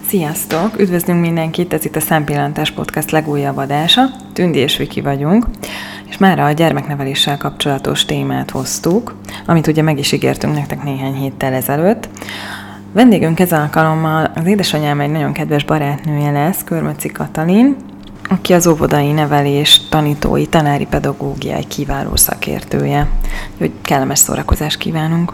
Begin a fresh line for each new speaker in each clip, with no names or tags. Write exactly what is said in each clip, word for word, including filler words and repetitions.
Sziasztok! Üdvözlünk mindenkit, ez itt a Szempillantás Podcast legújabb adása. Tündi és Viki vagyunk, és mára a gyermekneveléssel kapcsolatos témát hoztuk, amit ugye meg is ígértünk nektek néhány héttel ezelőtt. Vendégünk ez alkalommal az édesanyám egy nagyon kedves barátnője lesz, Körmöci Katalin, aki az óvodai nevelés tanítói, tanári pedagógiai kiváló szakértője. Úgyhogy kellemes szórakozást kívánunk!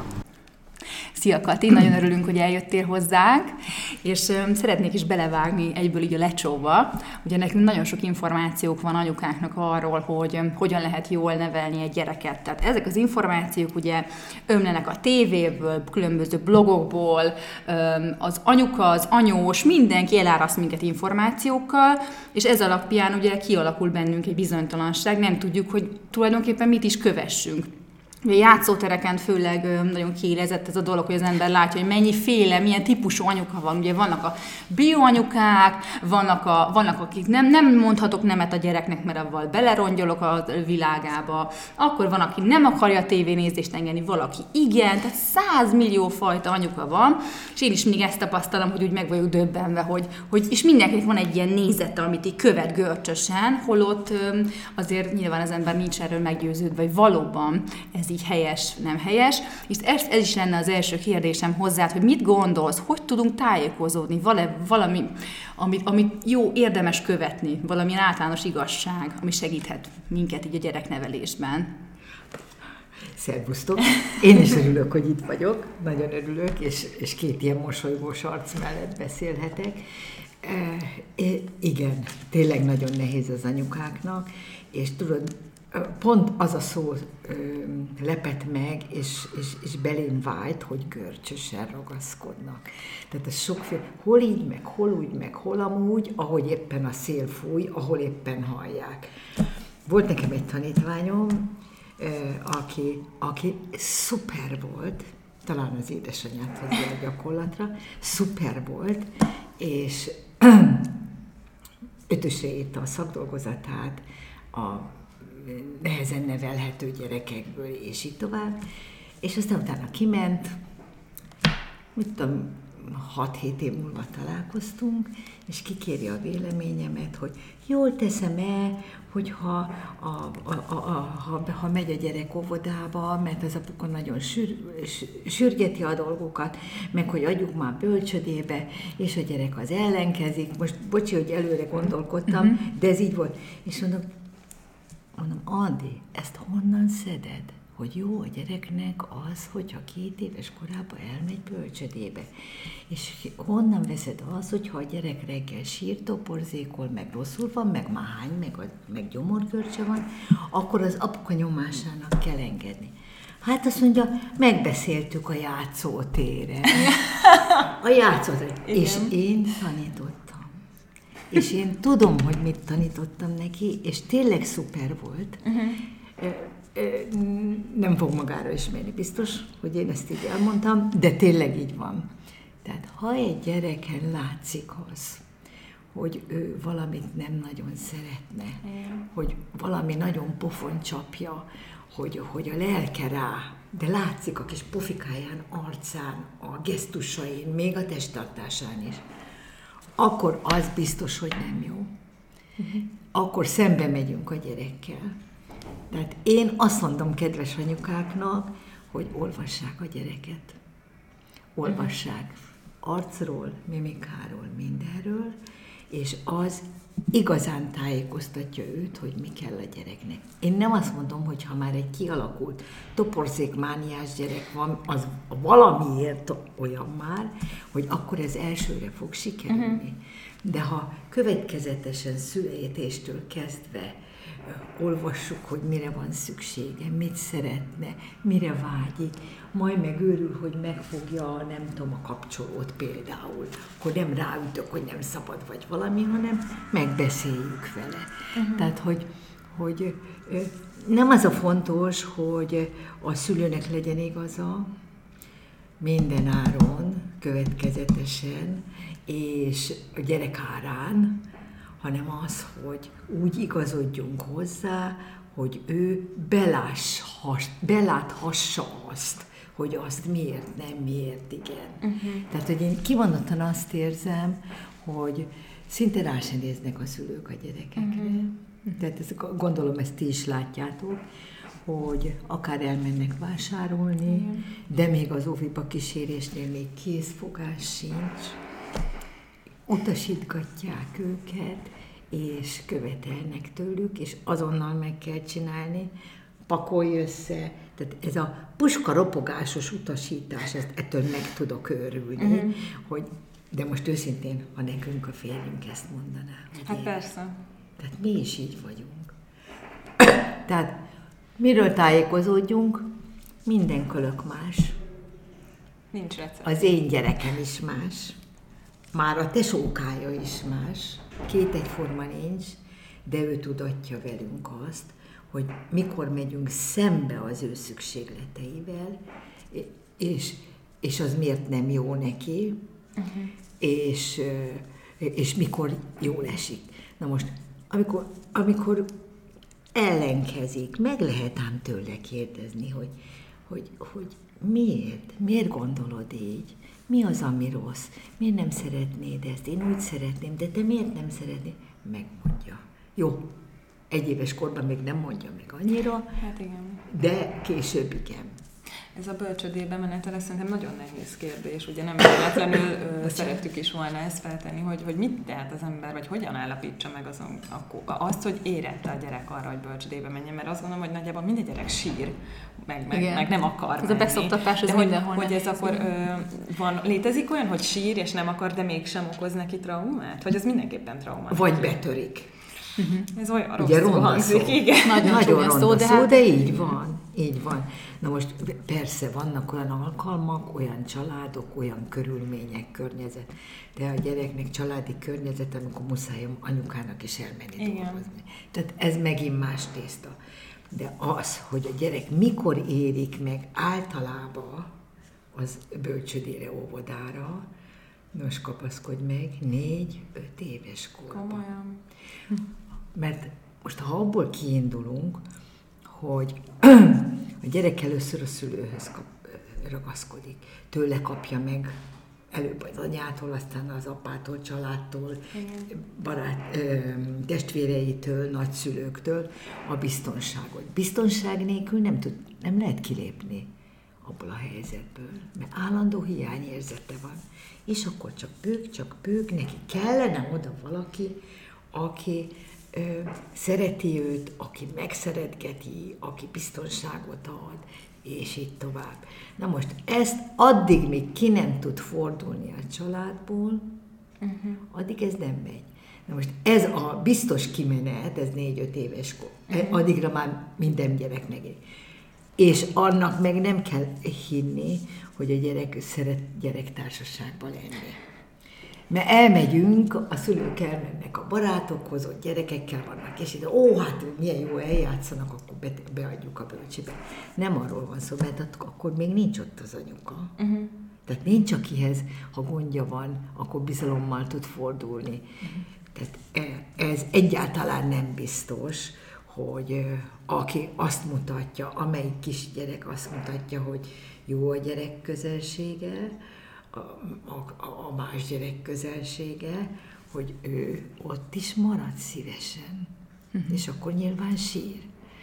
Szia Kati, nagyon örülünk, hogy eljöttél hozzánk, és um, szeretnék is belevágni egyből így a lecsóba. Ugye nekünk nagyon sok információk van anyukáknak arról, hogy um, hogyan lehet jól nevelni egy gyereket. Tehát ezek az információk ugye ömlenek a tévéből, különböző blogokból, um, az anyuka, az anyós, mindenki eláraszt minket információkkal, és ez alapján ugye kialakul bennünk egy bizonytalanság, nem tudjuk, hogy tulajdonképpen mit is kövessünk. A játszótereken főleg nagyon kiélezett ez a dolog, hogy az ember látja, hogy mennyiféle, milyen típusú anyuka van. Ugye vannak a bioanyukák, vannak, a, vannak akik nem, nem mondhatok nemet a gyereknek, mert avval belerongyolok a világába. Akkor van, aki nem akarja a tévénézést engedni, valaki igen, tehát százmillió fajta anyuka van, és én is mindig ezt tapasztalom, hogy úgy meg vagyok döbbenve, hogy, hogy és mindenkinek van egy ilyen nézete, amit így követ görcsösen, holott azért nyilván az ember nincs erről meggyőződve, vagy valóban ez így helyes, nem helyes. És ez, ez is lenne az első kérdésem hozzád, hogy mit gondolsz, hogy tudunk tájékozódni, vala, valami, amit, amit jó, érdemes követni, valamilyen általános igazság, ami segíthet minket így a gyereknevelésben.
Szervusztok! Én is örülök, hogy itt vagyok, nagyon örülök, és, és két ilyen mosolygós arc mellett beszélhetek. E, igen, tényleg nagyon nehéz az anyukáknak, és tudod, pont az a szó ö, lepett meg, és, és, és belém vájt, hogy görcsösen ragaszkodnak. Tehát ez sokféle, hol így, meg hol úgy, meg hol amúgy, ahogy éppen a szél fúj, ahol éppen hallják. Volt nekem egy tanítványom, ö, aki, aki szuper volt, talán az édesanyját hozzá a gyakorlatra, szuper volt, és ötösre írta a szakdolgozatát, a nehezen nevelhető gyerekekből, és így tovább. És aztán utána kiment, mit tudom, hat-hét év múlva találkoztunk, és kikéri a véleményemet, hogy jól teszem-e, hogyha a, a, a, a, ha, ha megy a gyerek óvodába, mert az apuka nagyon sür, sürgeti a dolgokat, meg hogy adjuk már bölcsödébe, és a gyerek az ellenkezik. Most bocsi, hogy előre gondolkodtam, uh-huh. de ez így volt. És mondom, Mondom, Andi, ezt honnan szeded? Hogy jó a gyereknek az, hogyha két éves korában elmegy bölcsödébe. És honnan veszed az, hogyha a gyerek reggel sír, toporzékol, meg rosszul van, meg máhány, meg, meg gyomorgörcse van, akkor az apuka nyomásának kell engedni. Hát azt mondja, megbeszéltük a játszótéren. A játszótéren. És én tanítottam. És én tudom, hogy mit tanítottam neki, és tényleg szuper volt. Uh-huh. Nem fog magára ismerni, biztos, hogy én ezt így elmondtam, de tényleg így van. Tehát ha egy gyereken látszik az, hogy ő valamit nem nagyon szeretne, uh-huh. hogy valami nagyon pofon csapja, hogy, hogy a lelke rá, de látszik a kis pofikáján, arcán, a gesztusain, még a testtartásán is, akkor az biztos, hogy nem jó. Uh-huh. Akkor szembe megyünk a gyerekkel. Tehát én azt mondom kedves anyukáknak, hogy olvassák a gyereket. Olvassák arcról, mimikáról, mindenről, és az igazán tájékoztatja őt, hogy mi kell a gyereknek. Én nem azt mondom, hogy ha már egy kialakult toporzékmániás gyerek van, az valamiért olyan már, hogy akkor ez elsőre fog sikerülni. Uh-huh. De ha következetesen születéstől kezdve uh, olvassuk, hogy mire van szüksége, mit szeretne, mire vágyik, majd megőrül, hogy megfogja, nem tudom, a kapcsolót például, akkor nem ráütök, hogy nem szabad vagy valami, hanem megbeszéljük vele. Uh-huh. Tehát, hogy, hogy nem az a fontos, hogy a szülőnek legyen igaza minden áron, következetesen, és a gyerek árán, hanem az, hogy úgy igazodjunk hozzá, hogy ő beláthassa azt, hogy azt miért nem, miért igen.
Uh-huh.
Tehát, hogy én kimondottan azt érzem, hogy szinte rá sem néznek a szülők a gyerekekre. Uh-huh. Tehát ezt, gondolom, ezt ti is látjátok, hogy akár elmennek vásárolni, uh-huh. de még az óviba kísérésnél még kézfogás sincs. Utasítgatják őket, és követelnek tőlük, és azonnal meg kell csinálni, pakolj össze. Tehát ez a puska ropogásos utasítás, ezt, ettől meg tudok őrülni, uh-huh. hogy, de most őszintén, ha nekünk a férjünk ezt mondaná.
Hát
én,
persze.
Tehát mi is így vagyunk. Tehát miről tájékozódjunk? Minden kölök más.
Nincs recept.
Az én gyerekem is más. Már a tesókája is más. Két egyforma nincs, de ő tudatja velünk azt, hogy mikor megyünk szembe az ő szükségleteivel, és, és az miért nem jó neki, uh-huh. és, és mikor jól esik. Na most, amikor, amikor ellenkezik, meg lehet ám tőle kérdezni, hogy, hogy, hogy miért, miért gondolod így, mi az, ami rossz, miért nem szeretnéd ezt, én úgy szeretném, de te miért nem szeretnéd? Megmondja. Jó, egy éves korban még nem mondja meg annyira,
hát igen.
De később igen.
Ez a bölcsödébe menetele szerintem nagyon nehéz kérdés. Ugye nem véletlenül szerettük is volna ezt feltenni, hogy, hogy mit tehet az ember, vagy hogyan állapítsa meg azon, akkor, azt, hogy érette a gyerek arra, hogy bölcsödébe menjen, mert azt gondolom, hogy nagyjából minden gyerek sír, meg, meg, meg nem akar
ez menni. Ez a beszoktatás, ez
de
mindenhol
hogy, hogy ez
nehéz,
akkor ö, van, létezik olyan, hogy sír és nem akar, de mégsem okoz neki traumát? Vagy az mindenképpen trauma?
Vagy betörik.
Uh-huh. Ez olyan
ugye
rossz hangzik,
szó.
igen.
Nagyon, Nagyon ronda szó, de, szó,
hát...
de így van, így van. Na most persze vannak olyan alkalmak, olyan családok, olyan körülmények, környezet, de a gyereknek családi környezet, amikor muszáj anyukának is elmenni
igen.
dolgozni. Tehát ez megint más tészta. De az, hogy a gyerek mikor érik meg általában az bölcsödére, óvodára, most kapaszkodj meg, négy-öt éves korban.
Komolyan.
Mert most ha abból kiindulunk, hogy a gyerek először a szülőhöz kap, ragaszkodik, tőle kapja meg előbb az anyától, aztán az apától, családtól, barát, ö, testvéreitől, nagyszülőktől a biztonságot. Biztonság nélkül nem, tud, nem lehet kilépni abból a helyzetből, mert állandó hiányérzete van. És akkor csak bőg, csak bőg, neki kellene oda valaki, aki ö, szereti őt, aki megszeretgeti, aki biztonságot ad, és így tovább. Na most ezt addig, míg ki nem tud fordulni a családból, uh-huh. addig ez nem megy. Na most ez a biztos kimenet, ez négy-öt éves kor, uh-huh. addigra már minden gyerek megér. És annak meg nem kell hinni, hogy a gyerek szeret gyerektársaságban lenni. Mert elmegyünk, a szülők elmennek a barátokhoz, ott gyerekekkel vannak, és így, ó, hát milyen jó eljátszanak, akkor be, beadjuk a bölcsibe. Nem arról van szó, mert akkor még nincs ott az anyuka. Uh-huh. Tehát nincs akihez, ha gondja van, akkor bizalommal tud fordulni. Uh-huh. Tehát ez egyáltalán nem biztos, hogy aki azt mutatja, amelyik kisgyerek azt mutatja, hogy jó a gyerek közelsége, a, a, a más gyerek közelsége, hogy ő ott is marad szívesen. Uh-huh. És akkor nyilván sír.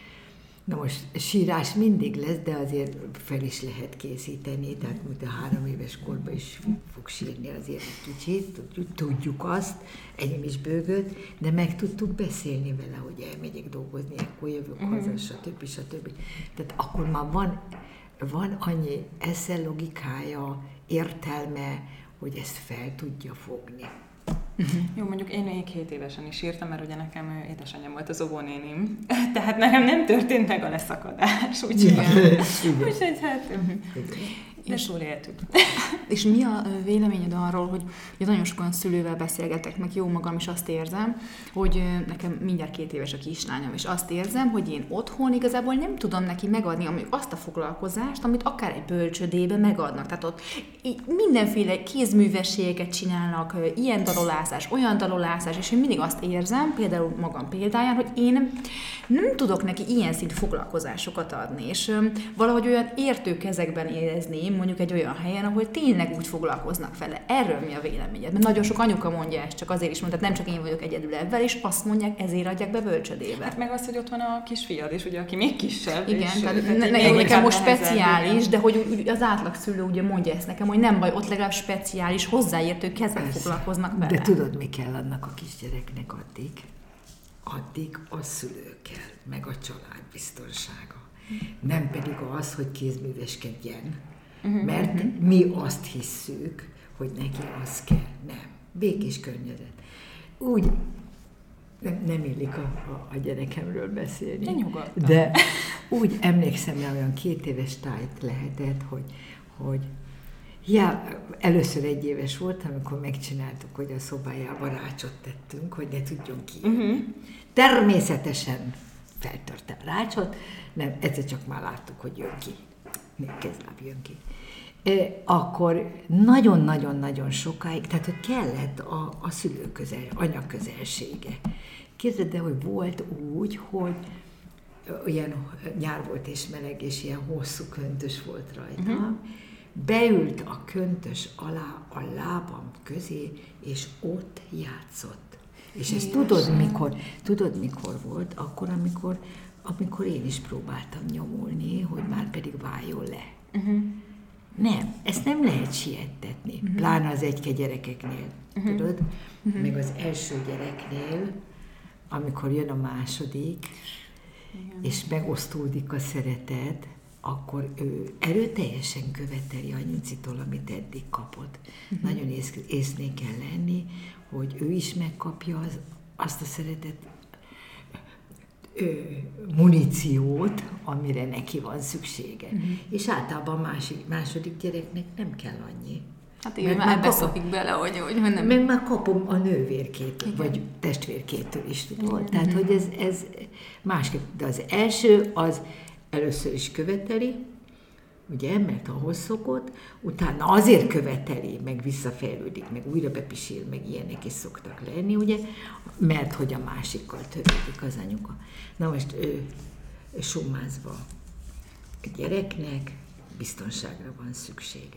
Na most sírás mindig lesz, de azért fel is lehet készíteni, tehát mint a három éves korban is fog sírni azért egy kicsit, tudjuk azt, enyém is bőgött, de meg tudtuk beszélni vele, hogy elmegyek dolgozni, akkor jövök uh-huh. haza, stb. stb. Tehát akkor már van, van annyi esze, logikája, értelme, hogy ezt fel tudja fogni.
Uh-huh. Jó, mondjuk én még hét évesen is írtam, mert ugye nekem édesanyám volt az óvónénim, tehát nekem nem történt meg a leszakadás, úgyhogy, úgyhogy hát... Uh-huh. De túléltük.
És mi a véleményed arról, hogy ugye nagyon sokan szülővel beszélgetek, meg jó magam is azt érzem, hogy nekem mindjárt két éves a kislányom, és azt érzem, hogy én otthon igazából nem tudom neki megadni azt a foglalkozást, amit akár egy bölcsödében megadnak. Tehát ott mindenféle kézművességeket csinálnak, ilyen dalolászás, olyan dalolászás, és én mindig azt érzem, például magam példáján, hogy én nem tudok neki ilyen szintű foglalkozásokat adni, és valahogy olyan értő kezekben érezni, mondjuk egy olyan helyen, ahol tényleg úgy foglalkoznak vele. Erről mi a véleményed? Mert nagyon sok anyuka mondja ezt, csak azért is mondta, nem csak én vagyok egyedül ebben, és azt mondják, ezért adják be bölcsödébe.
Hát meg az, hogy ott van a kisfiad is, ugye, aki még kisebb.
Igen,
és,
tehát
tehát
ne, ne, nekem most speciális, de hogy úgy, az átlag szülő ugye mondja ezt nekem, hogy nem baj, ott legalább speciális, hozzáértő kezek
Persze.
foglalkoznak vele.
De tudod, mi kell annak a kisgyereknek addig? Addig a szülő kell, meg a család biztonsága. Nem pedig az, hogy kézműveskedjen. Uh-huh, mert uh-huh. mi azt hisszük, hogy neki az kell. Nem. Békés környezet. Úgy nem, nem illik a, a, a gyerekemről beszélni.
De nyugodtan.
De úgy emlékszem rá, olyan két éves tájt lehetett, hogy, hogy ja, először egy éves volt, amikor megcsináltuk, hogy a szobájába rácsot tettünk, hogy ne tudjon ki. Uh-huh. Természetesen feltörtem a rácsot, nem, egyszer csak már láttuk, hogy jön ki. Kézláb jön ki. E, akkor nagyon-nagyon-nagyon sokáig, tehát hogy kellett a, a szülő közel, anya közelsége. Képzeld el, hogy volt úgy, hogy olyan nyár volt és meleg, és ilyen hosszú köntös volt rajta. Uh-huh. Beült a köntös alá a lábam közé, és ott játszott. És ezt tudod mikor, tudod mikor volt? Akkor, amikor, amikor én is próbáltam nyomulni, hogy már pedig váljon le. Uh-huh. Nem, ezt nem lehet siettetni, uh-huh. pláne az egyke gyerekeknél, uh-huh. tudod? Uh-huh. Meg az első gyereknél, amikor jön a második, igen. és megosztódik a szeretet, akkor ő erőteljesen követeli anyucitól, amit eddig kapott. Uh-huh. Nagyon ész, észné kell lenni, hogy ő is megkapja az, azt a szeretet ő, muníciót, amire neki van szüksége. Uh-huh. És általában másik, második gyereknek nem kell annyi.
Hát igen, már ebbe szokik bele, hogy, hogy nem...
Meg már kapom a nővérkétől, igen. vagy testvérkétől is, tudod. Tehát, uh-huh. hogy ez, ez másképp. De az első, az először is követeli, ugye, mert ahhoz szokott, utána azért követeli, meg visszafejlődik, meg újra bepisil, meg ilyenek is szoktak lenni, ugye, mert hogy a másikkal törődik az anyuka. Na most ő summázva, a gyereknek biztonságra van szüksége.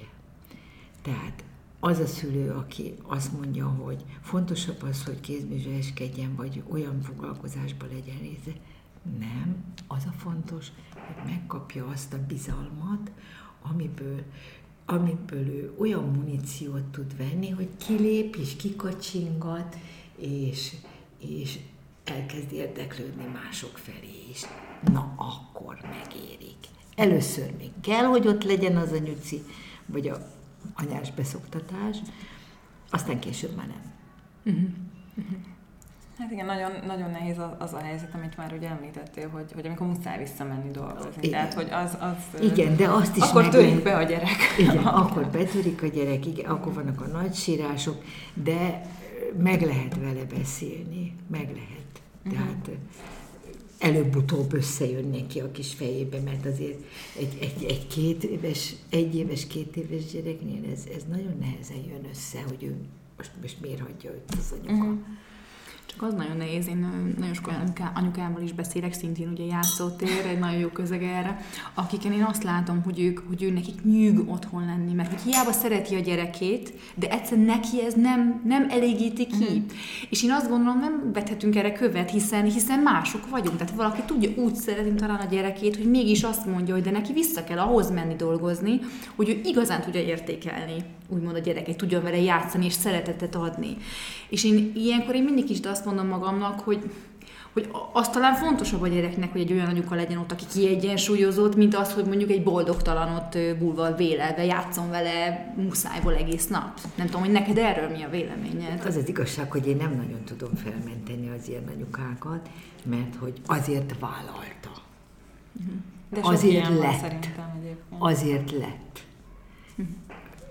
Tehát az a szülő, aki azt mondja, hogy fontosabb az, hogy kézműveskedjen, vagy olyan foglalkozásban legyen része, nem, az a fontos, hogy megkapja azt a bizalmat, amiből, amiből ő olyan muníciót tud venni, hogy kilép és kikacsingat, és, és elkezd érdeklődni mások felé is. Na, akkor megérik. Először még kell, hogy ott legyen az anyuci, vagy a anyás beszoktatás, aztán később már nem. Uh-huh. Uh-huh.
Hát igen, nagyon, nagyon nehéz az, az a helyzet, amit már ugye említettél, hogy, hogy amikor muszáj visszamenni dolgozni. Igen. Tehát, hogy az, az...
Igen, de azt is
akkor
meg...
törik be a gyerek.
Igen, akkor betörik a gyerek, igen, akkor vannak a nagy sírások, de meg lehet vele beszélni, meg lehet. Tehát uh-huh. előbb-utóbb összejön neki a kis fejébe, mert azért egy, egy, egy két éves, egy éves, két éves gyereknél ez, ez nagyon nehezen jön össze, hogy ő most, most miért hagyja őt az anyuka. Uh-huh.
Csak az nagyon nehéz, én nagyon sok olyan anyukámmal is beszélek, szintén ugye játszótér, egy nagyon jó közeg erre, akiken én azt látom, hogy ők, hogy ő nekik nyűg otthon lenni, mert hogy hiába szereti a gyerekét, de egyszerűen neki ez nem, nem elégíti ki. Mm. És én azt gondolom, nem vethetünk erre követ, hiszen, hiszen mások vagyunk. Tehát valaki tudja úgy szeretni talán a gyerekét, hogy mégis azt mondja, hogy de neki vissza kell ahhoz menni dolgozni, hogy ő igazán tudja értékelni, úgymond a gyerekét, tudjon vele játszani és szeretetet adni. És én ilyenkor én mindig is azt mondom magamnak, hogy, hogy az talán fontosabb a gyereknek, hogy egy olyan anyuka legyen ott, aki kiegyensúlyozott, mint az, hogy mondjuk egy boldogtalan ott bulval vélelve játszom vele muszájból egész nap. Nem tudom, hogy neked erről mi a véleményed?
Az az igazság, hogy én nem nagyon tudom felmenteni az ilyen anyukákat, mert hogy azért vállalta.
De
azért
lett.
lett. Azért lett.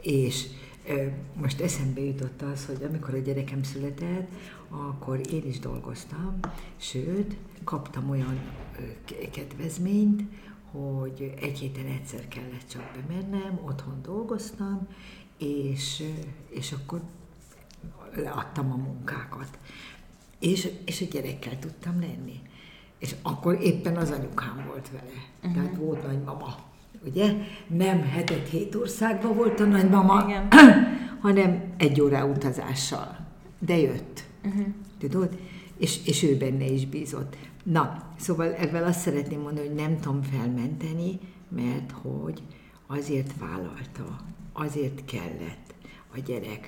És most eszembe jutott az, hogy amikor a gyerekem született, akkor én is dolgoztam, sőt, kaptam olyan kedvezményt, hogy egy héten egyszer kellett csak bemennem, otthon dolgoztam, és, és akkor leadtam a munkákat. És, és a gyerekkel tudtam lenni. És akkor éppen az anyukám volt vele. Uh-huh. Tehát volt nagymama. Ugye? Nem hetet-hét országban volt a nagymama, igen, hanem egy órá utazással. De jött. Uh-huh. Tudod? És, és ő benne is bízott. Na, szóval ebben azt szeretném mondani, hogy nem tudom felmenteni, mert hogy azért vállalta, azért kellett a gyerek,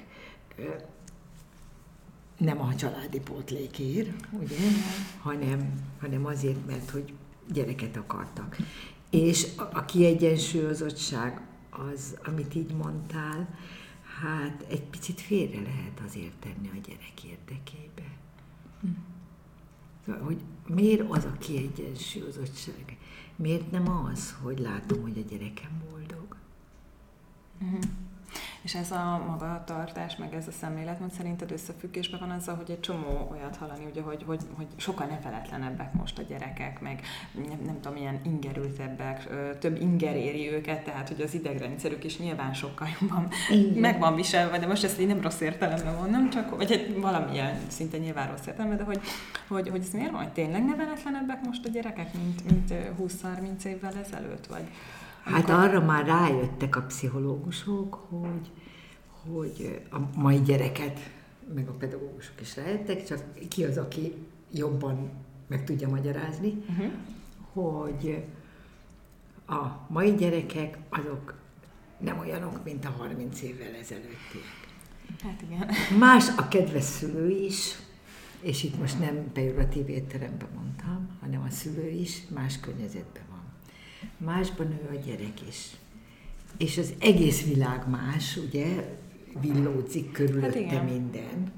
nem a családi pótlékért, ugye, hanem, hanem azért, mert hogy gyereket akartak. És a kiegyensúlyozottság az, amit így mondtál, hát egy picit félre lehet azért tenni a gyerek érdekébe. Hm. Szóval, hogy miért az a kiegyensúlyozottság? Miért nem az, hogy látom, hogy a gyerekem boldog?
Uh-huh. És ez a magatartás, meg ez a szemléletmód szerinted összefüggésben van azzal, hogy egy csomó olyat hallani, ugye, hogy, hogy, hogy sokkal neveletlenebbek most a gyerekek, meg nem, nem tudom, ilyen ingerültebbek, több inger éri őket, tehát hogy az idegrendszerük is nyilván sokkal jobban igen, meg van viselve, de most ezt így nem rossz értelemben mondom, csak vagy egy valamilyen szinte nyilván rossz értelemben, de hogy, hogy, hogy ez miért van, hogy tényleg neveletlenebbek most a gyerekek, mint, mint húsz-harminc évvel ezelőtt, vagy...
Hát arra már rájöttek a pszichológusok, hogy, hogy a mai gyereket, meg a pedagógusok is rájöttek, csak ki az, aki jobban meg tudja magyarázni, uh-huh, hogy a mai gyerekek azok nem olyanok, mint a harminc évvel ezelőttiek.
Hát igen.
Más a kedves szülő is, és itt most nem pejoratív értelemben mondtam, hanem a szülő is más környezetben van. Másban ő a gyerek is. És az egész világ más, ugye, villódzik körülötte hát minden.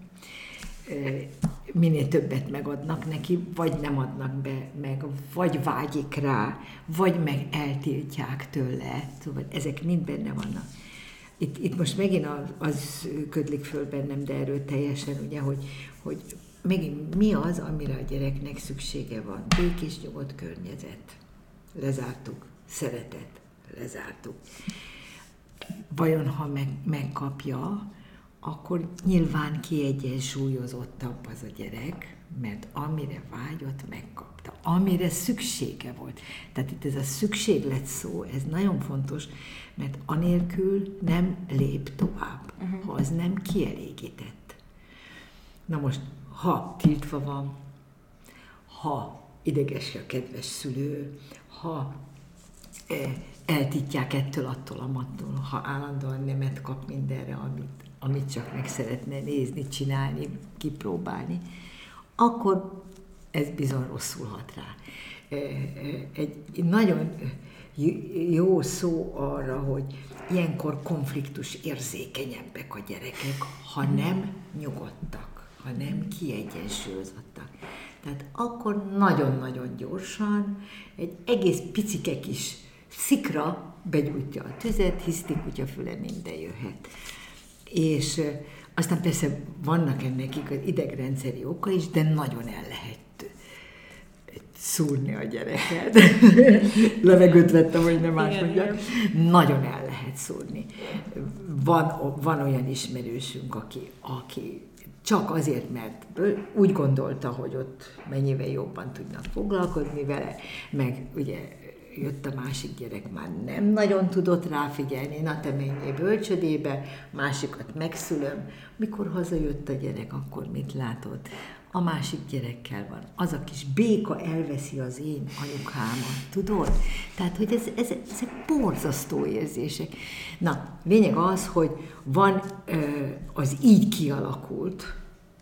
Minél többet megadnak neki, vagy nem adnak be meg, vagy vágyik rá, vagy meg eltiltják tőle. Szóval ezek mind benne vannak. Itt, itt most megint az, az ködlik föl bennem, de erről teljesen, ugye, hogy, hogy megint mi az, amire a gyereknek szüksége van. Békés, nyugodt környezet. Lezártuk. Szeretet. Lezártuk. Vajon, ha meg, megkapja, akkor nyilván kiegyensúlyozottabb az a gyerek, mert amire vágyott, megkapta. Amire szüksége volt. Tehát itt ez a szükséglet szó, ez nagyon fontos, mert anélkül nem lép tovább, uh-huh, ha az nem kielégített. Na most, ha tiltva van, ha ideges a kedves szülő, ha eltitják ettől, attól, amattól, ha állandóan nemet kap mindenre, amit, amit csak meg szeretne nézni, csinálni, kipróbálni, akkor ez bizony rosszul hat rá. Egy nagyon jó szó arra, hogy ilyenkor konfliktus érzékenyebbek a gyerekek, ha nem nyugodtak, ha nem kiegyensúlyozottak. Tehát akkor nagyon-nagyon gyorsan egy egész picike kis szikra begyújtja a tüzet, hiszti kutyafüle, minden jöhet. És aztán persze vannak ennek idegrendszeri oka is, de nagyon el lehet szúrni a gyereket. Levegőt vettem, hogy nem más mondjak. Nagyon el lehet szúrni. Van, van olyan ismerősünk, aki, aki csak azért, mert úgy gondolta, hogy ott mennyivel jobban tudnak foglalkozni vele, meg ugye jött a másik gyerek, már nem nagyon tudott ráfigyelni, na te menjél bölcsödébe, másikat megszülöm. Mikor hazajött a gyerek, akkor mit látod? A másik gyerekkel van. Az a kis béka elveszi az én anyukámat, tudod? Tehát, hogy ez, ez, ezek borzasztó érzések. Na, lényeg az, hogy van az így kialakult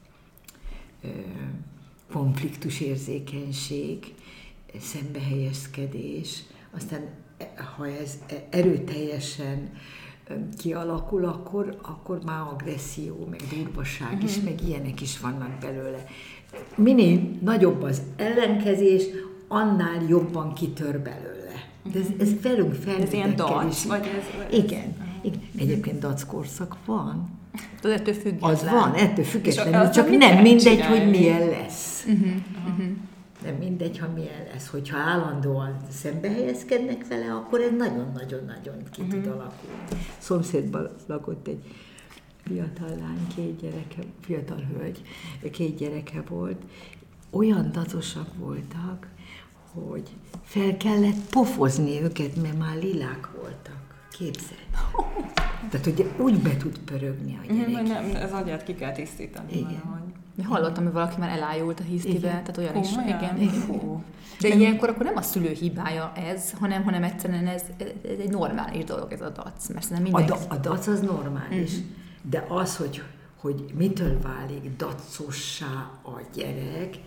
konfliktusérzékenység, szembehelyezkedés, aztán ha ez erőteljesen kialakul, akkor, akkor már agresszió, meg durvaság is, meg ilyenek is vannak belőle. Minél nagyobb az ellenkezés, annál jobban kitör belőle. De ez, ez velünk felnőttekkel is.
Vagy ez,
igen. Igen. Egyébként dackorszak van.
Tudod, ettől független.
Az van, ettől függetlenül, csak nem mindegy, hogy milyen lesz. Uh-huh. Uh-huh. Nem mindegy, ha milyen lesz. Hogyha állandóan szembe helyezkednek vele, akkor ez nagyon-nagyon-nagyon ki uh-huh. tud alakulni. Szomszédban lakott egy fiatal lány, két gyereke, fiatal hölgy, két gyereke volt. Olyan dacosak voltak, hogy fel kellett pofozni őket, mert már lilák voltak. Képzeld. Tehát, hogy úgy be tud pörögni a gyerek.
Nem, ez agyát ki kell tisztítani.
Igen.
Valahogy. Hallottam, hogy valaki már elájult a hisztibe, tehát olyan is.
Igen.
Igen. Igen. De ilyenkor akkor nem a szülő hibája ez, hanem, hanem egyszerűen ez, ez egy normális dolog, ez a dac. Mert nem
mindenki... a, da, a dac az normális, uh-huh. de az, hogy, hogy mitől válik dacossá a gyerek,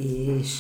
és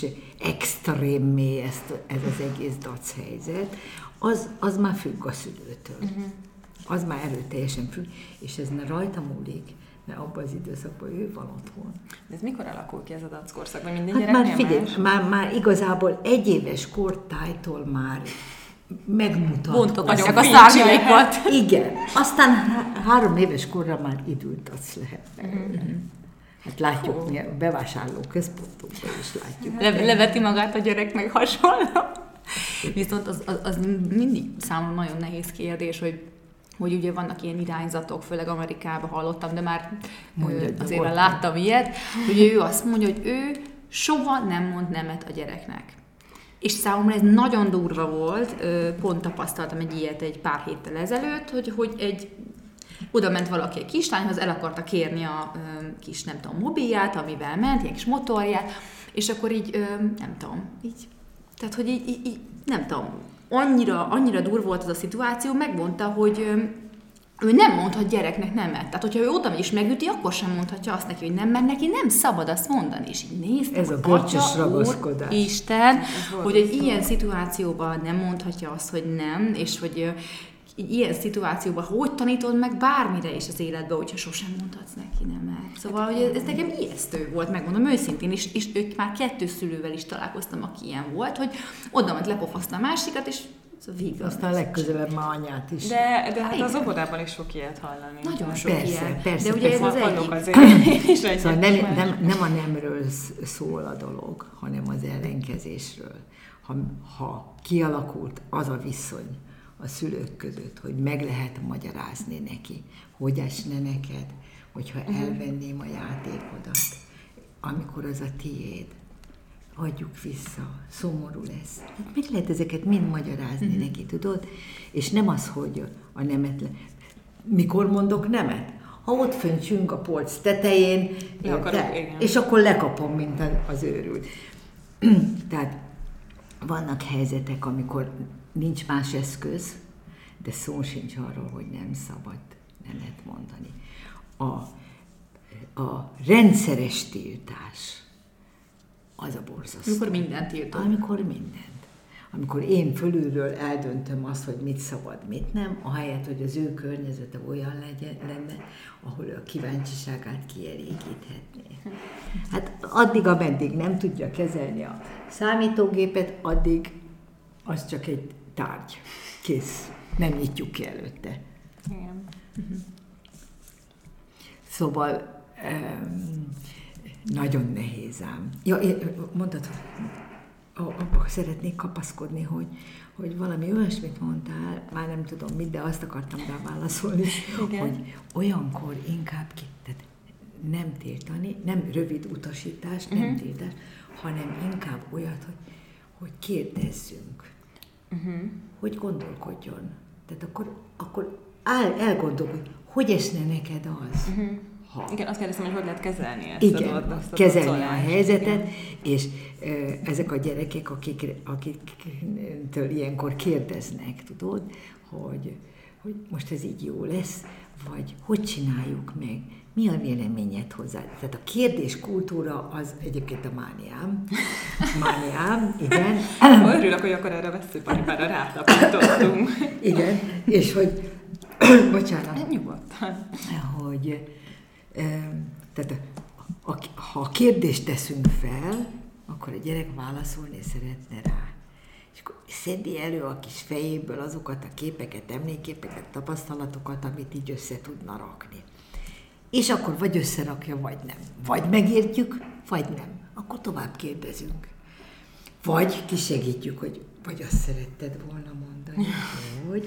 extrémmé ezt, ez az egész dac helyzet, az, az már függ a szülőtől. Uh-huh. Az már erőteljesen függ, és ez ne rajta múlik, mert abban az időszakban ő van otthon.
De ez mikor alakul ki ez a dackorszak? Vagy minden
hát
gyereknél
már figyelj,
más?
már, már igazából egy éves kortájtól már megmutat.
Bontogatják a szárnyaikat.
Igen. Aztán há- három éves korra már időt dac lehet. Uh-huh. Hát látjuk, mi a bevásárló központokban is látjuk.
Le- leveti magát a gyerek, meg hasonló. Viszont az, az, az mindig számomra nagyon nehéz kérdés, hogy, hogy ugye vannak ilyen irányzatok, főleg Amerikában hallottam, de már Mondja, azért már láttam ilyet, hogy ő azt mondja, hogy ő soha nem mond nemet a gyereknek. És számomra ez nagyon durva volt, pont tapasztaltam egy ilyet egy pár héttel ezelőtt, hogy, hogy egy oda ment valaki egy kislányhoz, el akarta kérni a ö, kis, nem tudom, mobilját, amivel ment, ilyen kis motorját, és akkor így, ö, nem tudom, így, tehát, hogy így, így, így nem tudom, annyira, annyira durva volt az a szituáció, megmondta, hogy ö, ő nem mondhat gyereknek nemet. Tehát, hogyha ő oda megy és megüti, akkor sem mondhatja azt neki, hogy nem, mert neki nem szabad azt mondani. És így néztem,
ez a görcsös ragaszkodás.
Isten, hogy egy ilyen szituációban nem mondhatja azt, hogy nem, és hogy így ilyen szituációban, hogy tanítod meg bármire is az életben, hogyha sosem mondhatsz neki nemet. Szóval, hogy ez, ez nekem ijesztő volt, megmondom őszintén, és, és ők már kettő szülővel is találkoztam, aki ilyen volt, hogy oda ment lepofaszta a másikat, és végül.
Aztán legközelebb már anyát is.
De, de hát az óvodában is sok ilyet hallani.
Nagyon sok
persze,
ilyen.
Persze,
de ugye
persze.
ez az
azért is egy
szóval nem, nem, nem a nemről szól a dolog, hanem az ellenkezésről. Ha, ha kialakult az a viszony a szülők között, hogy meg lehet magyarázni neki, hogy esne neked, hogyha elvenném a játékodat, amikor az a tiéd, adjuk vissza, szomorú lesz. Meg lehet ezeket mind magyarázni uh-huh. neki, tudod? És nem az, hogy a nemet... Le... Mikor mondok nemet? Ha ott föntsünk a polc tetején,
akarok,
és akkor lekapom, mint az őrült. Tehát vannak helyzetek, amikor nincs más eszköz, de szó sincs arról, hogy nem szabad nemet mondani. A, a rendszeres tiltás az a borzasztó.
Amikor mindent tiltom.
Amikor mindent. Amikor én fölülről eldöntöm azt, hogy mit szabad, mit nem, ahelyett, hogy az ő környezete olyan legyen, lenne, ahol a kíváncsiságát kielégíthetné. Hát addig, ameddig nem tudja kezelni a számítógépet, addig az csak egy tárgy. Kész. Nem nyitjuk ki előtte.
Igen.
Uh-huh. Szóval um, nagyon nehéz ám. Ja, mondtad, hogy abba szeretnék kapaszkodni, hogy, hogy valami olyasmit mondtál, már nem tudom mit, de azt akartam rá válaszolni, igen. hogy olyankor inkább ki, tehát nem tiltani, nem rövid utasítás, uh-huh. nem tiltás, hanem inkább olyat, hogy, hogy kérdezzünk, uh-huh. hogy gondolkodjon. Tehát akkor, akkor áll, elgondolkodj, hogy esne neked az? Uh-huh.
Ha. Igen, azt kérdeztem, hogy hogy lehet kezelni ezt.
Igen,
a, azt a
kezelni a helyzetet, igen. És ö, ezek a gyerekek, akik, akiktől ilyenkor kérdeznek, tudod, hogy, hogy most ez így jó lesz, vagy hogy csináljuk meg, mi a véleményed hozzá? Tehát a kérdéskultúra az egyébként a mániám. Mániám, igen.
Örülök, hogy akkor erre veszőparipára rátapítottunk.
Igen, és hogy, bocsánat.
Nyugodtan.
Hogy, tehát ha a kérdést teszünk fel, akkor a gyerek válaszolni szeretne rá. és akkor szedi elő a kis fejéből azokat a képeket, emlékképeket, tapasztalatokat, amit így össze tudna rakni. És akkor vagy összerakja, vagy nem. Vagy megértjük, vagy nem. Akkor tovább kérdezünk. Vagy kisegítjük, hogy vagy azt szeretted volna mondani, hogy...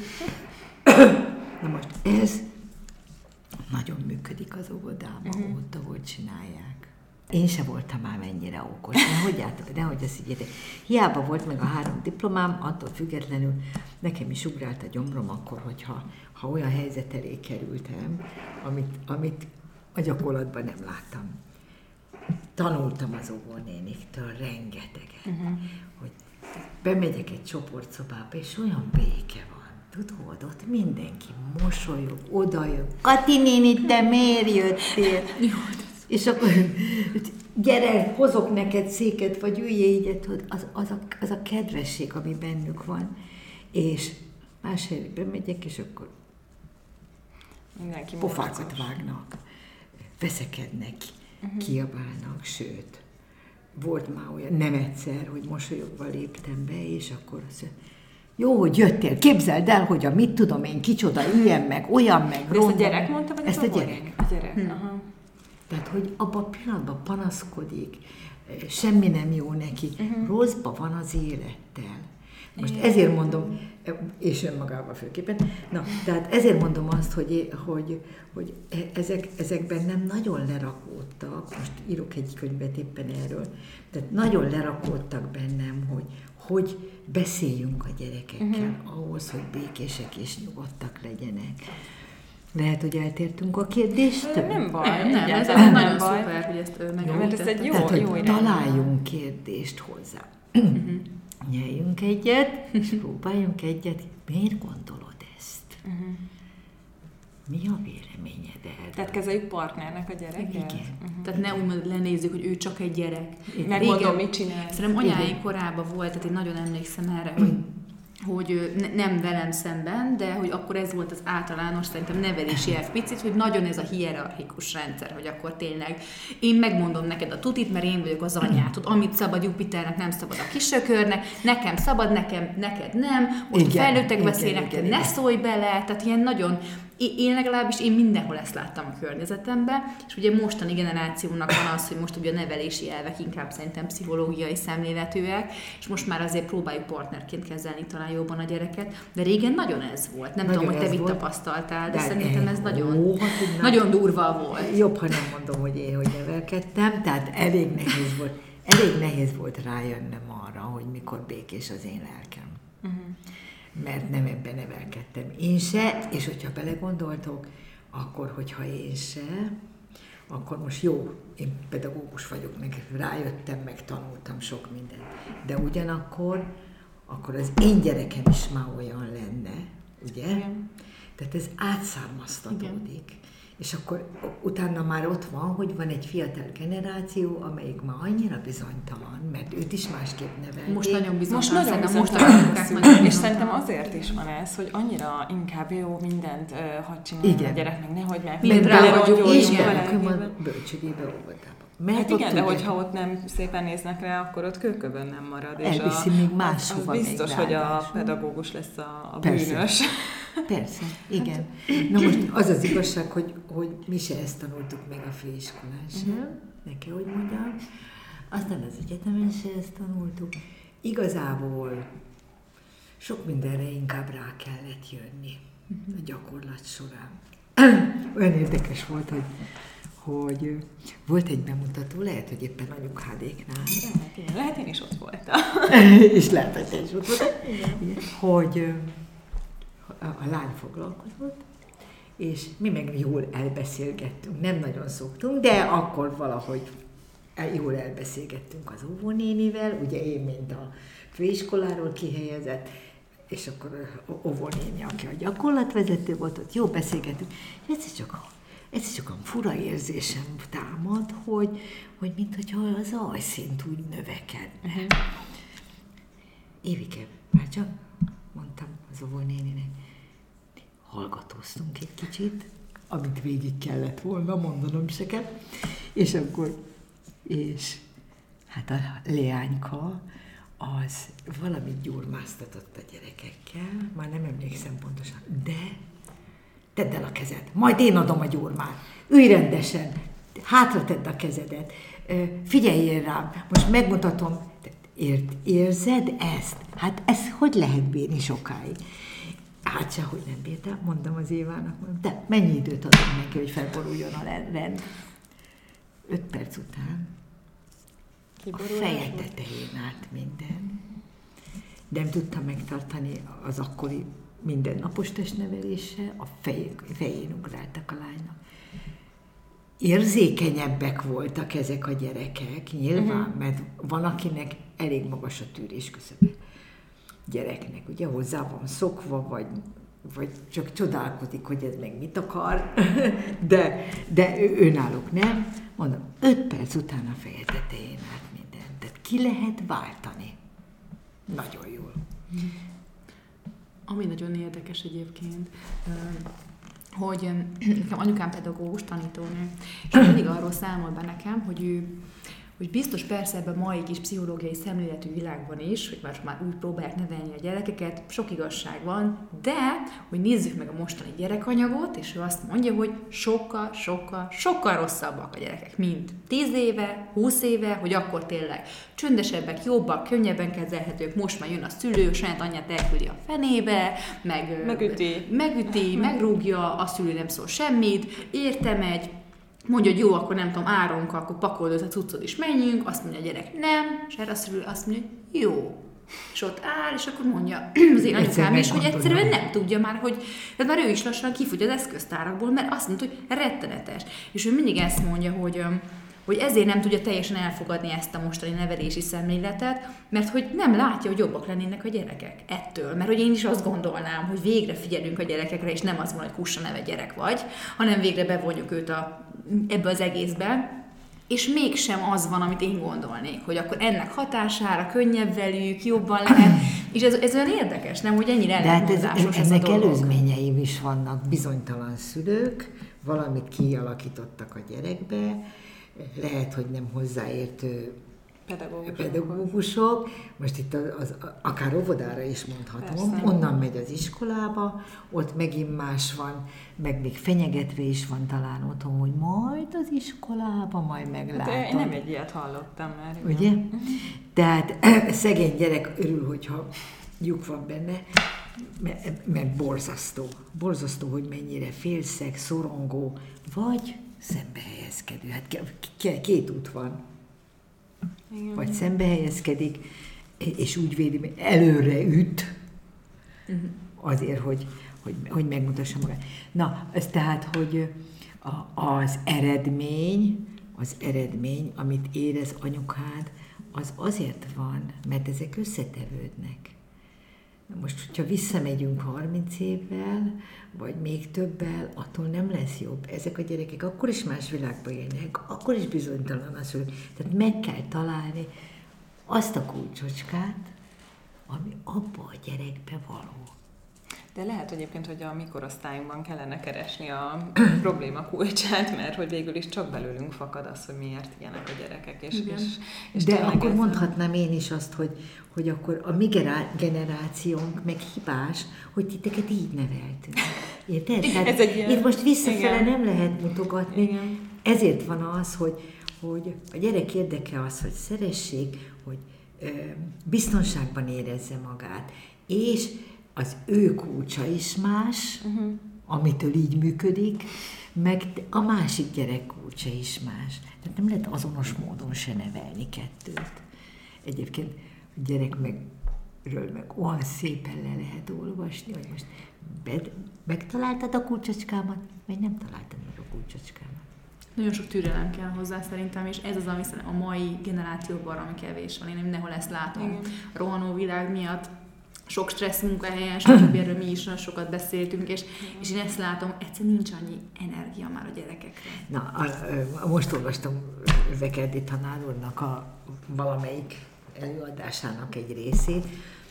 Na most ez nagyon működik az óvodában, uh-huh. ott, ahol csinálják. Én se voltam már mennyire okos, nehogy át, nehogy ezt így érte. Hiába volt meg a három diplomám, attól függetlenül nekem is ugrált a gyomrom akkor, hogyha ha olyan helyzet elé kerültem, amit, amit a gyakorlatban nem láttam. Tanultam az óvónéniktől rengeteget, uh-huh. hogy bemegyek egy csoportszobába, és olyan béke van. Tudod, ott mindenki mosolyog, odajön. Kati néni, te miért jöttél? És akkor gyere, hozok neked széket, vagy üljél így, az, az, a, az a kedvesség, ami bennük van. És más helyre bemegyek, és akkor mindenki pofákat vágnak, veszekednek, uh-huh. kiabálnak, sőt, volt már olyan, nem egyszer, hogy mosolyogva léptem be, és akkor azt mondja, jó, hogy jöttél, képzeld el, hogy a mit tudom én, kicsoda, ilyen meg, olyan meg,
ronda. Ezt a gyerek mondta, vagy
ezt a gyerek?
A gyerek, hm. aha.
Tehát, hogy abban a pillanatban panaszkodik, semmi nem jó neki, uh-huh. rosszba van az élettel. Most igen. ezért mondom, és önmagával főképpen, na, tehát ezért mondom azt, hogy, hogy, hogy ezek, ezekben nem nagyon lerakódtak, most írok egy könyvet éppen erről, tehát nagyon lerakódtak bennem, hogy hogy beszéljünk a gyerekekkel, uh-huh. ahhoz, hogy békések és nyugodtak legyenek. Lehet, hogy eltértünk a kérdést?
Nem baj, nem, nem, ez nem nagyon baj. Szuper, hogy ezt
megemlítettem. Mert ez egy jó,
Tehát,
jó
hogy találjunk kérdést hozzá. Uh-huh. Nyeljünk egyet, és próbáljunk egyet. Miért gondolod ezt? Uh-huh. Mi a véleményed erről?
Tehát kezeljük partnernek a gyereket?
Igen.
Uh-huh. Tehát ne úgy lenézzük, hogy ő csak egy gyerek.
Megmondom, mit csinál.
Szerintem anyáink korában volt, tehát én nagyon emlékszem erre, hogy hogy ne, nem velem szemben, de hogy akkor ez volt az általános, szerintem nevelési elv picit, hogy nagyon ez a hierarchikus rendszer, hogy akkor tényleg én megmondom neked a tutit, mert én vagyok az anyátod, amit szabad Jupiternek, nem szabad a kisökörnek, nekem szabad, nekem, neked nem, most igen, a felnőttek beszélnek, te ne szólj bele, tehát ilyen nagyon, én legalábbis én mindenhol ezt láttam a környezetemben, és ugye mostani generációnak van az, hogy most ugye a nevelési elvek inkább szerintem pszichológiai szemléletűek, és most már azért próbáljuk partnerként kezelni talán jobban a gyereket, de régen nagyon ez volt. Nem nagyon tudom, hogy te mit tapasztaltál, de, de szerintem ez nagyon, ó, nagyon durva volt.
Jobb, ha nem mondom, hogy én hogy nevelkedtem, tehát elég nehéz volt, elég nehéz volt rájönnem arra, hogy mikor békés az én lelkem. Uh-huh. Mert nem ebben nevelkedtem. Én se, és hogyha belegondoltok, akkor, hogyha én se, akkor most jó, én pedagógus vagyok, meg rájöttem, meg tanultam sok mindent. De ugyanakkor, akkor az én gyerekem is már olyan lenne, ugye? Igen. Tehát ez átszármaztatódik. Igen. És akkor utána már ott van, hogy van egy fiatal generáció, amelyik már annyira bizonytalan, mert őt is másképp nevelték.
Most nagyon bizonytalan.
Most nagyon bizonytalan. És szerintem azért is van ez, hogy annyira inkább jó mindent uh, hadd csinálni a gyerek, meg nehogy meg
mindent ráhagyjuk
a bölcsödébe, óvodába.
Mert hát igen, de hogyha ott nem szépen néznek rá, akkor ott kőköbön nem marad.
Elviszi és a, még máshova.
Az biztos, hogy a pedagógus lesz a, a bűnös.
Persze, igen. Na most az az igazság, hogy, hogy mi se ezt tanultuk meg a főiskolán sem, uh-huh. neki, hogy mondjam. Aztán az egyetemen se ezt tanultuk. Igazából sok mindenre inkább rá kellett jönni uh-huh. a gyakorlat során. Olyan érdekes volt, hogy hogy volt egy bemutató, lehet, hogy éppen anyukádéknál.
Lehet, lehet én is ott voltam.
És lehet, hogy te is ott voltál. Hogy a, a lány foglalkozott, és mi meg jól elbeszélgettünk. Nem nagyon szoktunk, de akkor valahogy jól elbeszélgettünk az óvónénivel, ugye én, mint a főiskoláról kihelyezett, és akkor a óvónéni, aki a gyakorlatvezető volt, ott jó beszélgettünk, és egyszer csak Ez csak olyan fura érzésem támad, hogy, hogy minthogyha az ajszint úgy növekedne. Uh-huh. Évike, már csak mondtam az óvónéninek, hallgatóztunk egy kicsit, amit végig kellett volna mondanom se kell, és akkor, és hát a leányka az valamit gyurmáztatott a gyerekekkel, már nem emlékszem pontosan, de tedd el a kezed, majd én adom a gyurmát, ülj rendesen, hátra tedd a kezedet, figyeljél rám, most megmutatom, ért, érzed ezt? Hát ez hogy lehet bírni sokáig? Hát sehogy nem bírtam, mondom az Évának, mondom, de mennyi időt adom neki, hogy felboruljon a rend? Öt perc után a feje tetején állt minden. Nem tudta megtartani az akkori mindennapos testnevelése, a fej, fején ugráltak a lánynak. Érzékenyebbek voltak ezek a gyerekek, nyilván, uh-huh. mert van, akinek elég magas a tűrés küszöbe. Gyereknek, ugye hozzá van szokva, vagy, vagy csak csodálkozik, hogy ez meg mit akar, de, de önállók nem. Mondom, öt perc után a feje tetején állt minden. Tehát ki lehet váltani? Nagyon jól.
Ami nagyon érdekes egyébként, hogy nekem anyukám pedagógus, tanítónő, és mindig arról számol be nekem, hogy ő hogy biztos persze ebben a mai kis pszichológiai szemléletű világban is, hogy már, már úgy próbálják nevelni a gyerekeket, sok igazság van, de hogy nézzük meg a mostani gyerekanyagot, és ő azt mondja, hogy sokkal, sokkal, sokkal rosszabbak a gyerekek, mint tíz éve, húsz éve, hogy akkor tényleg csöndesebbek, jobbak, könnyebben kezelhetők, most már jön a szülő, saját anyját elküldi a fenébe, meg,
megüti,
megüti megrúgja, a szülő nem szól semmit, érte megy, mondja, hogy jó, akkor nem tudom, Áronka, akkor pakold össze a cuccod is menjünk, azt mondja a gyerek, nem, és erre a szülő azt mondja, hogy jó. És ott áll, és akkor mondja az én anyukám is, hogy egyszerűen nem tudja már, hogy tehát már ő is lassan kifogy az eszköztárakból, mert azt mondta, hogy rettenetes. És ő mindig ezt mondja, hogy, hogy ezért nem tudja teljesen elfogadni ezt a mostani nevelési szemléletet, mert hogy nem látja, hogy jobbak lennének a gyerekek ettől. Mert hogy én is azt gondolnám, hogy végre figyelünk a gyerekekre, és nem az van, hogy kussa neve gyerek vagy, hanem végre bevonjuk őt a, ebbe az egészbe, és mégsem az van, amit én gondolnék, hogy akkor ennek hatására könnyebb velük, jobban lehet, és ez, ez olyan érdekes, nem, hogy ennyire ellentmondásos ez, ez
ennek
a dolog.
előzményeim is vannak, bizonytalan szülők, valamit kialakítottak a gyerekbe, lehet, hogy nem hozzáértő pedagógusok, pedagógusok. Most itt az, az, akár óvodára is mondhatom, persze. Onnan megy az iskolába, ott megint más van, meg még fenyegetve is van talán otthon, hogy majd az iskolába, majd meglátod.
De én nem egy ilyet hallottam már.
Ugye? Igen. Tehát szegény gyerek örül, hogyha lyuk van benne, mert, mert borzasztó. Borzasztó, hogy mennyire félszeg, szorongó, vagy szembe helyezkedő. Hát két út van. Igen. Vagy szembe helyezkedik, és úgy védi, előre üt, uh-huh. azért, hogy, hogy, hogy megmutassa magát. Na, ez tehát, hogy a, az eredmény, az eredmény, amit érez anyukád, az azért van, mert ezek összetevődnek. Most, hogyha visszamegyünk harminc évvel, vagy még többel, attól nem lesz jobb. Ezek a gyerekek akkor is más világban élnek, akkor is bizonytalan az, hogy tehát meg kell találni azt a kulcsocskát, ami abba a gyerekbe való.
De lehet egyébként, hogy a mi korosztályunkban kellene keresni a probléma kulcsát, mert hogy végül is csak belőlünk fakad az, hogy miért ilyenek a gyerekek. És, és, és
de akkor mondhatnám én is azt, hogy, hogy akkor a mi generációnk meg hibás, hogy titeket így neveltünk. Érted? Tehát ilyen... Itt most visszafele nem lehet mutogatni. Igen. Ezért van az, hogy, hogy a gyerek érdeke az, hogy szeressék, hogy ö, biztonságban érezze magát, és az ő kulcsa is más, uh-huh. amitől így működik, meg a másik gyerek kulcsa is más. Tehát nem lehet azonos módon se nevelni kettőt. Egyébként a gyerek megről meg olyan szépen le lehet olvasni, hogy most bed, megtaláltad a kulcsocskámat, vagy nem találtad meg a kulcsocskámat.
Nagyon sok türelem kell hozzá szerintem, és ez az, ami a mai generációban, ami kevés van. Én mindenhol ezt látom. Igen. A rohanó világ miatt sok stressz munkahelyen, stb. Erről mi is sokat beszéltünk, és, és én ezt látom, egyszerűen nincs annyi energia már a gyerekekre.
Na, a, a, most olvastam Vekerdi tanár úrnak a valamelyik előadásának egy részét.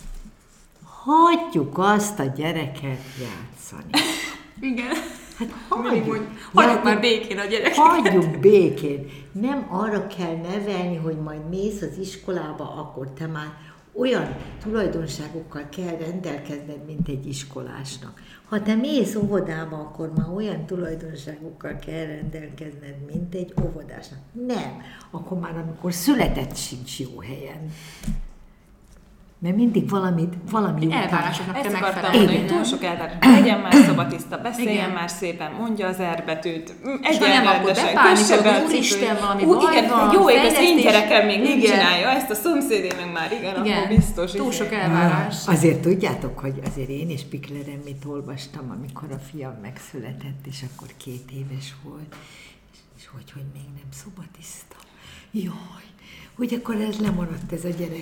Hagyjuk azt a gyereket játszani.
Igen.
Hát hagyjuk,
hagyjuk már békén a gyerekeket.
Hagyjuk békén. Nem arra kell nevelni, hogy majd mész az iskolába, akkor te már olyan tulajdonságokkal kell rendelkezned, mint egy iskolásnak. Ha te mész óvodába, akkor már olyan tulajdonságokkal kell rendelkezned, mint egy óvodásnak. Nem. Akkor már amikor született sincs jó helyen. Mert mindig valamit, valami után...
Elvárásoknak kell
megfelelni. Mondani, túl sok elvárás. Legyen már szobatiszta, beszéljen igen. már szépen, mondja az erbetűt.
Egyenrendesen, kösse be a Úristen, valami
Ú,
baj
igen,
van,
jó ég, az én gyerekem még nem
igen.
csinálja, ezt a szomszédé meg már igen, igen. akkor biztos.
Túl sok elvárás.
Ah, azért tudjátok, hogy azért én is Pikleren mit olvastam, amikor a fiam megszületett, és akkor két éves volt, és hogy, hogy még nem szobatiszta. Jaj, hogy akkor ez lemaradt ez a gyerek.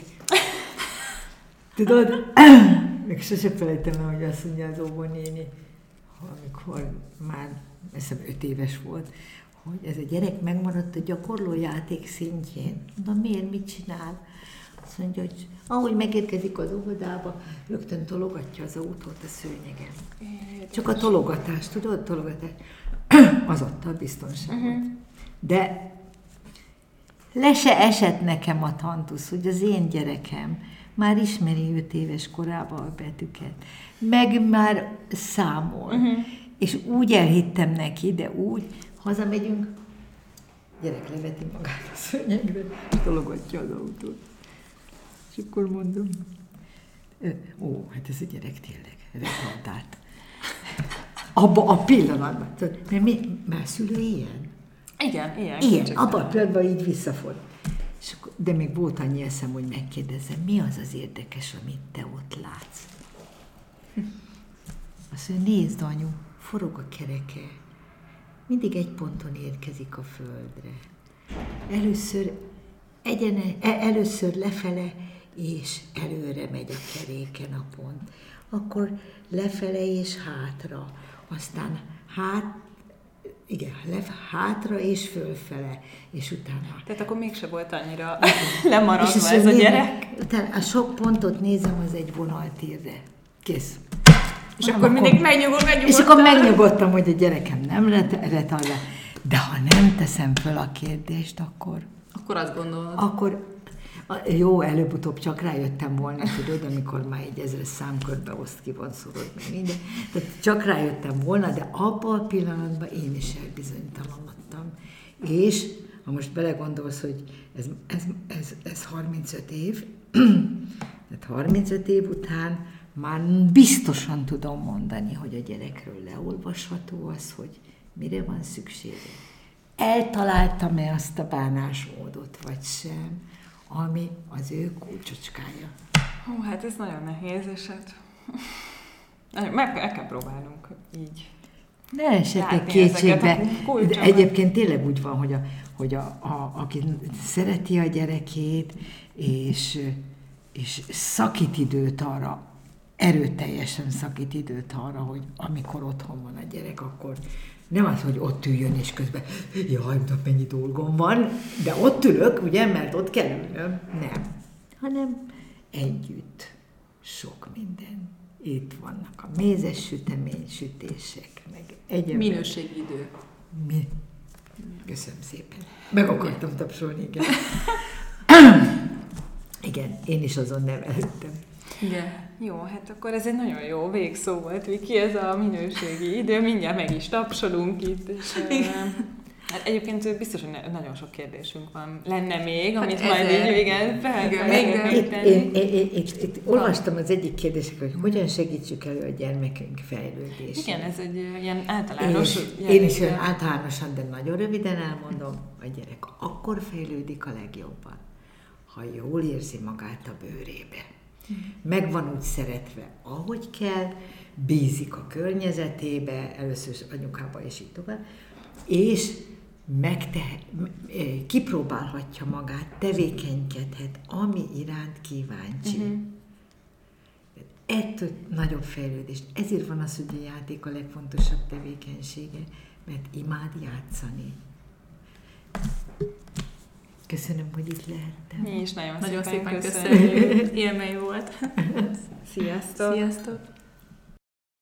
Tudod, még sose felejtem el, hogy azt mondja az óvónéni, amikor már, azt hiszem, öt éves volt, hogy ez a gyerek megmaradt a gyakorló játék szintjén. Na miért, mit csinál? Azt mondja, hogy ahogy megérkezik az óvodába, rögtön tologatja az autót a szőnyegen. Csak a tologatás, tudod, tologatás, az adta a biztonságot. Uh-huh. De le se esett nekem a tantusz, hogy az én gyerekem már ismeri öt éves korában a betűket, meg már számol. Uh-huh. És úgy elhittem neki, de úgy, hazamegyünk, gyerek leveti magát a szőnyegre, és tologatja az autót. És akkor mondom, ó, hát ez a gyerek tényleg retardált. Abba a pillanatban. Mert mi, már szülő ilyen?
Igen, ilyen.
Ilyen, abban a pillanatban így visszafordul. De még volt annyi eszem, hogy megkérdezem, mi az az érdekes, amit te ott látsz? Azt mondja, nézd anyu, forog a kereke, mindig egy ponton érkezik a földre. Először, egyene, először lefele, és előre megy a keréken a pont. Akkor lefele és hátra, aztán hát, igen, lef, hátra és fölfele, és utána.
Tehát akkor mégse volt annyira lemaradva ez a gyerek.
Utána a sok pontot nézem, az egy vonaltírre. Kész.
És nem, akkor mindig megnyugod, megnyugodtam.
És akkor megnyugodtam, hogy a gyerekem nem retardál. De ha nem teszem föl a kérdést, akkor...
Akkor azt gondolod.
Akkor jó, előbb-utóbb csak rájöttem volna, tudod, amikor már egy ezres számkörbe oszt ki van szorod, meg minden. Tehát csak rájöttem volna, de abban a pillanatban én is elbizonytalanodtam. És, ha most belegondolsz, hogy ez, ez, ez, ez harmincöt év, tehát harmincöt év után már biztosan tudom mondani, hogy a gyerekről leolvasható az, hogy mire van szüksége. Eltaláltam-e azt a bánásmódot, vagy sem, ami az ő kulcsocskája.
Hú, hát ez nagyon nehéz, és hát meg, meg kell próbálnunk így.
Ne esetek kétségbe. De egyébként tényleg úgy van, hogy, a, hogy a, a, aki szereti a gyerekét, és, és szakít időt arra, erőteljesen szakít időt arra, hogy amikor otthon van a gyerek, akkor nem az, hogy ott üljön és közben, jaj, mennyi dolgom van, de ott ülök, ugye, mert ott kell ülnöm. Nem. Hanem együtt sok minden. Itt vannak a mézes sütemény, sütések, meg egyébként.
Minőségi idő.
Mi? Köszönöm szépen. Meg akartam tapsolni, igen. Igen, én is azon nevelődtem.
Igen. Jó, hát akkor ez egy nagyon jó végszó volt, Viki, ez a minőségi idő, mindjárt meg is tapsolunk itt, és hát egyébként biztos, hogy nagyon sok kérdésünk van. Lenne még, hát amit majd így igen, fel kell tenni.
Én, én, én, én, én olvastam az egyik kérdések, hogy hogyan segítsük elő a gyermekünk fejlődését.
Igen, ez egy ilyen általános...
Én, én is olyan általánosan, de nagyon röviden elmondom, a gyerek akkor fejlődik a legjobban, ha jól érzi magát a bőrébe. Meg van úgy szeretve, ahogy kell, bízik a környezetébe, először anyukába és így tovább, és megtehe, kipróbálhatja magát, tevékenykedhet, ami iránt kíváncsi. Uh-huh. Ettől nagyobb fejlődést. Ezért van az, hogy a játék a legfontosabb tevékenysége, mert imád játszani. Köszönöm, hogy itt lehettem.
Mi is nagyon,
nagyon
szépen,
szépen
köszönjük.
köszönjük. Élmény volt.
Sziasztok!
Sziasztok!